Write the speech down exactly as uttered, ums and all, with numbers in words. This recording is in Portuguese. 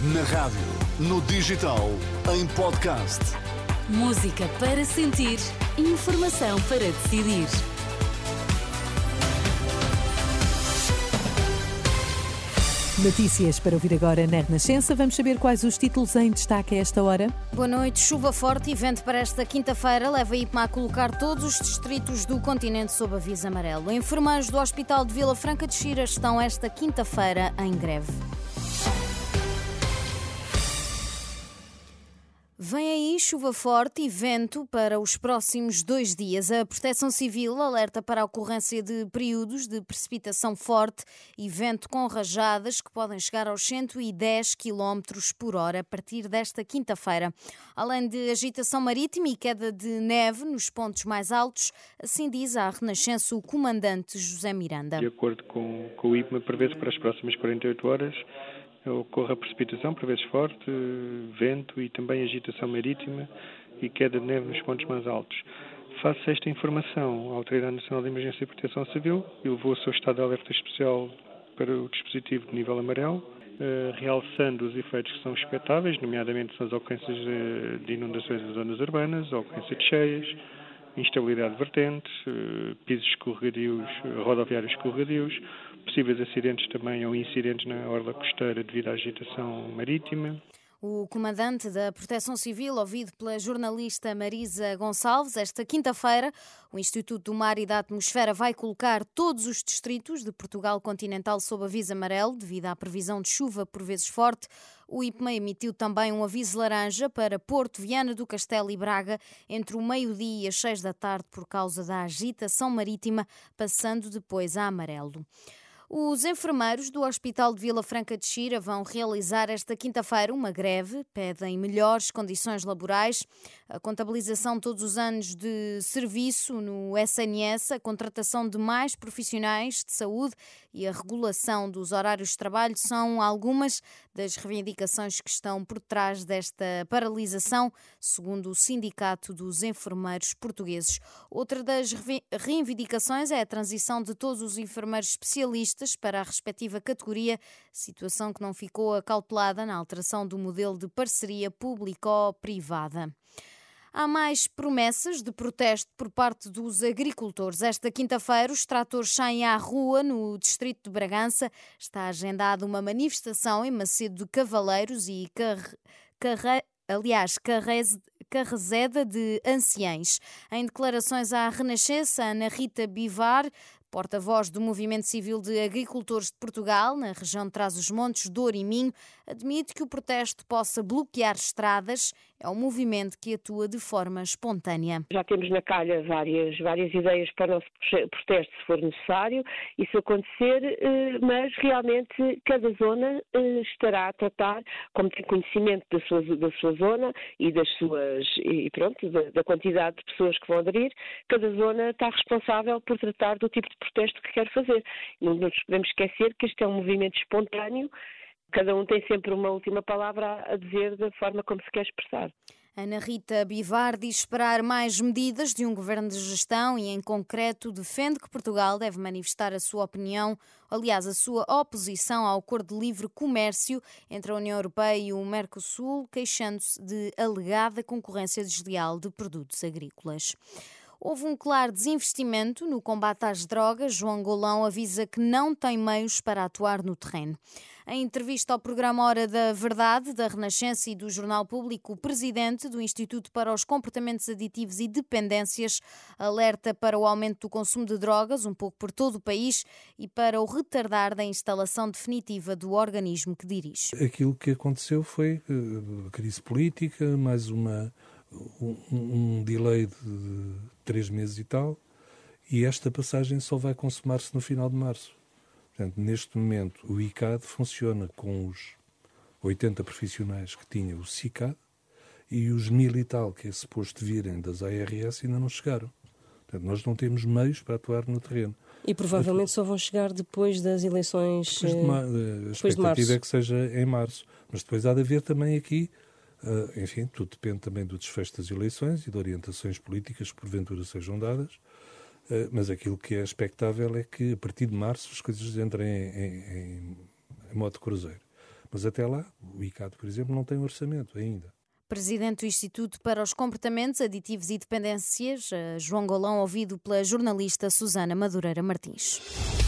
Na rádio, no digital, em podcast. Música para sentir, informação para decidir. Notícias para ouvir agora na Renascença. Vamos saber quais os títulos em destaque a esta hora. Boa noite. Chuva forte e vento para esta quinta-feira leva a I P M A a colocar todos os distritos do continente sob aviso amarelo. Enfermeiros do Hospital de Vila Franca de Xira estão esta quinta-feira em greve. Vem aí chuva forte e vento para os próximos dois dias. A Proteção Civil alerta para a ocorrência de períodos de precipitação forte e vento com rajadas que podem chegar aos cento e dez quilómetros por hora a partir desta quinta-feira. Além de agitação marítima e queda de neve nos pontos mais altos, assim diz à Renascença o comandante José Miranda. De acordo com, com o I P M A, prevê-se para as próximas quarenta e oito horas ocorre a precipitação, por vezes forte, vento e também agitação marítima e queda de neve nos pontos mais altos. Face a esta informação, a Autoridade Nacional de Emergência e Proteção Civil elevou o seu estado de alerta especial para o dispositivo de nível amarelo, eh, realçando os efeitos que são expectáveis, nomeadamente são as ocorrências de, de inundações das zonas urbanas, a ocorrência de cheias, instabilidade de vertentes, eh, pisos escorregadios, rodoviários escorregadios, possíveis acidentes também ou incidentes na orla costeira devido à agitação marítima. O comandante da Proteção Civil, ouvido pela jornalista Marisa Gonçalves, esta quinta-feira, o Instituto do Mar e da Atmosfera vai colocar todos os distritos de Portugal continental sob aviso amarelo, devido à previsão de chuva por vezes forte. O I P M A emitiu também um aviso laranja para Porto, Viana do Castelo e Braga entre o meio-dia e as seis da tarde por causa da agitação marítima, passando depois a amarelo. Os enfermeiros do Hospital de Vila Franca de Xira vão realizar esta quinta-feira uma greve, pedem melhores condições laborais, a contabilização todos os anos de serviço no S N S, a contratação de mais profissionais de saúde e a regulação dos horários de trabalho são algumas das reivindicações que estão por trás desta paralisação, segundo o Sindicato dos Enfermeiros Portugueses. Outra das reivindicações é a transição de todos os enfermeiros especialistas para a respectiva categoria, situação que não ficou acautelada na alteração do modelo de parceria público-privada. Há mais promessas de protesto por parte dos agricultores. Esta quinta-feira, os tratores saem à rua no distrito de Bragança. Está agendada uma manifestação em Macedo de Cavaleiros e Carre... Carre... aliás, Carrez... Carrezeda de Anciães. Em declarações à Renascença, Ana Rita Bivar, porta-voz do Movimento Civil de Agricultores de Portugal, na região de Trás-os-Montes, Douro e Minho, admite que o protesto possa bloquear estradas. É um movimento que atua de forma espontânea. Já temos na calha várias, várias ideias para o nosso protesto, se for necessário, isso acontecer, mas realmente cada zona estará a tratar, como tem conhecimento da sua, da sua zona e das suas e pronto, da, da quantidade de pessoas que vão aderir, cada zona está responsável por tratar do tipo de protesto que quer fazer. Não nos podemos esquecer que este é um movimento espontâneo, cada um tem sempre uma última palavra a dizer da forma como se quer expressar. Ana Rita Bivar diz esperar mais medidas de um governo de gestão e, em concreto, defende que Portugal deve manifestar a sua opinião, aliás, a sua oposição ao acordo de livre comércio entre a União Europeia e o Mercosul, queixando-se de alegada concorrência desleal de produtos agrícolas. Houve um claro desinvestimento no combate às drogas. João Golão avisa que não tem meios para atuar no terreno. Em entrevista ao programa Hora da Verdade, da Renascença e do Jornal Público, o presidente do Instituto para os Comportamentos Aditivos e Dependências alerta para o aumento do consumo de drogas, um pouco por todo o país, e para o retardar da instalação definitiva do organismo que dirige. Aquilo que aconteceu foi a crise política, mais uma... Um, um delay de três meses e tal, e esta passagem só vai consumar-se no final de março. Portanto, neste momento, o I C A D funciona com os oitenta profissionais que tinha o C I C A D e os mil e tal que é suposto virem das A R S ainda não chegaram. Portanto, nós não temos meios para atuar no terreno. E provavelmente Aqui, só vão chegar depois das eleições. Depois de mar... A expectativa é que seja em março. Mas depois há de haver também aqui Uh, enfim, tudo depende também do desfecho das eleições e de orientações políticas que porventura sejam dadas, uh, mas aquilo que é expectável é que a partir de março as coisas entrem em, em, em modo cruzeiro. Mas até lá, o I C A D, por exemplo, não tem orçamento ainda. Presidente do Instituto para os Comportamentos, Aditivos e Dependências, João Golão, ouvido pela jornalista Susana Madureira Martins.